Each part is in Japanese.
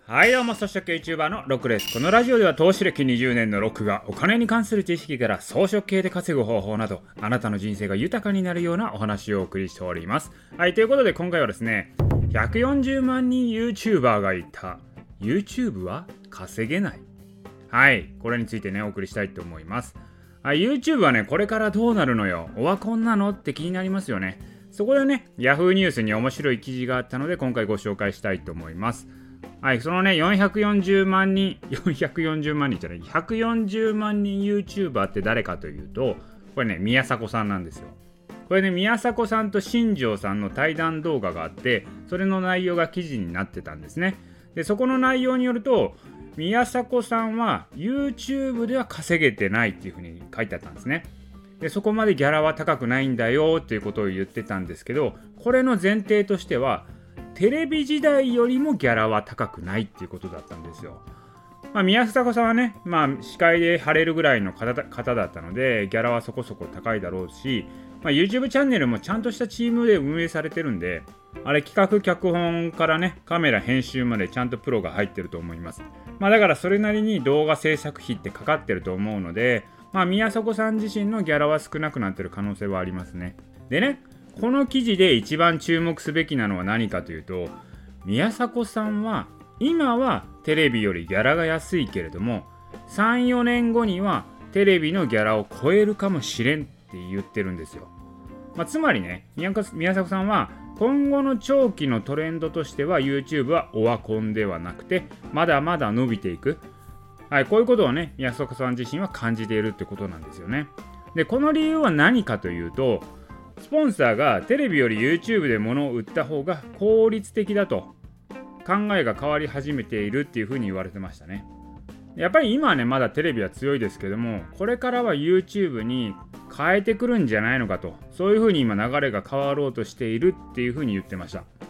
はいどうも、草食系 YouTuber のロックです。このラジオでは投資歴20年のロックがお金に関する知識から草食系で稼ぐ方法など、あなたの人生が豊かになるようなお話をお送りしております。はい、ということで今回はですね、140万人 YouTuber がいた YouTube は稼げない。はい、これについてね、お送りしたいと思います。はい、YouTube はね、これからどうなるのよ、オワコンなのって気になりますよね。そこでね、Yahoo ニュースに面白い記事があったので今回ご紹介したいと思います。はい、そのね、140万人じゃない、140万人 YouTuber って誰かというと、これね、宮迫さんなんですよ。これね、宮迫さんと新庄さんの対談動画があって、それの内容が記事になってたんですね。で、そこの内容によると、宮迫さんは YouTube では稼げてないっていうふうに書いてあったんですね。で、そこまでギャラは高くないんだよっていうことを言ってたんですけど、これの前提としては、テレビ時代よりもギャラは高くないっていうことだったんですよ。宮迫さんはね、司会で張れるぐらいの方だったので、ギャラはそこそこ高いだろうし、YouTube チャンネルもちゃんとしたチームで運営されてるんで、あれ企画脚本からね、カメラ編集までちゃんとプロが入ってると思います。だからそれなりに動画制作費ってかかってると思うので、宮迫さん自身のギャラは少なくなってる可能性はありますね。でね、この記事で一番注目すべきなのは何かというと、宮迫さんは今はテレビよりギャラが安いけれども、3、4年後にはテレビのギャラを超えるかもしれんって言ってるんですよ。つまりね、宮迫さんは今後の長期のトレンドとしては YouTube はオワコンではなくてまだまだ伸びていく。はい、こういうことをね、宮迫さん自身は感じているってことなんですよね。で、この理由は何かというと、スポンサーがテレビより YouTube で物を売った方が効率的だと考えが変わり始めているっていうふうに言われてましたね。やっぱり今はね、まだテレビは強いですけども、これからは YouTube に変えてくるんじゃないのかと、そういうふうに今流れが変わろうとしているっていうふうに言ってました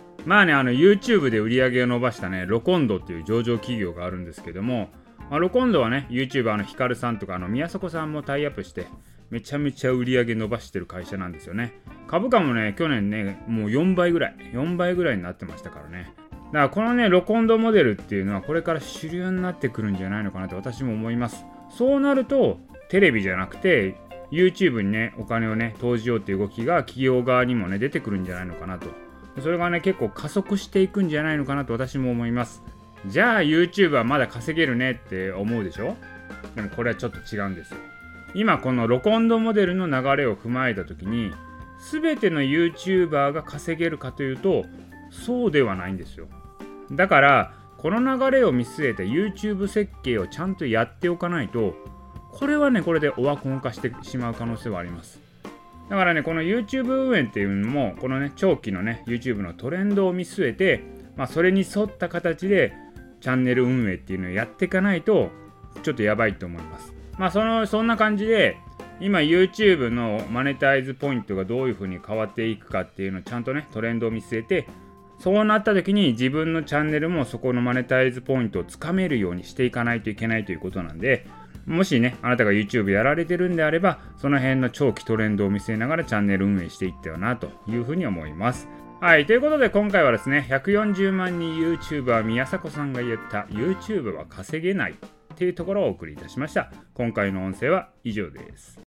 。YouTube で売り上げを伸ばしたね、ロコンドっていう上場企業があるんですけども、ロコンドはね、YouTuber のヒカルさんとか宮迫さんもタイアップしてめちゃめちゃ売り上げ伸ばしてる会社なんですよね。株価もね、去年ね、もう4倍ぐらいになってましたからね。だからこのね、ロコンドモデルっていうのはこれから主流になってくるんじゃないのかなと私も思います。そうなるとテレビじゃなくて YouTube にね、お金をね投じようっていう動きが企業側にもね出てくるんじゃないのかなと。それがね、結構加速していくんじゃないのかなと私も思います。じゃあ YouTube はまだ稼げるねって思うでしょ。でもこれはちょっと違うんですよ。今このロコンドモデルの流れを踏まえた時に、全ての YouTuber が稼げるかというとそうではないんですよ。だからこの流れを見据えた YouTube 設計をちゃんとやっておかないと、これはね、これでオワコン化してしまう可能性はあります。だからね、この YouTube 運営っていうのもこのね、長期のね YouTube のトレンドを見据えて、それに沿った形でチャンネル運営っていうのをやっていかないとちょっとやばいと思います。そんな感じで今 YouTube のマネタイズポイントがどういう風に変わっていくかっていうのをちゃんとね、トレンドを見据えて、そうなった時に自分のチャンネルもそこのマネタイズポイントをつかめるようにしていかないといけないということなんで、もしね、あなたが YouTube やられてるんであれば、その辺の長期トレンドを見据えながらチャンネル運営していったよなという風に思います。はい、ということで今回はですね、140万人 YouTuber 宮迫さんが言った YouTube は稼げないっていうところをお送りいたしました。今回の音声は以上です。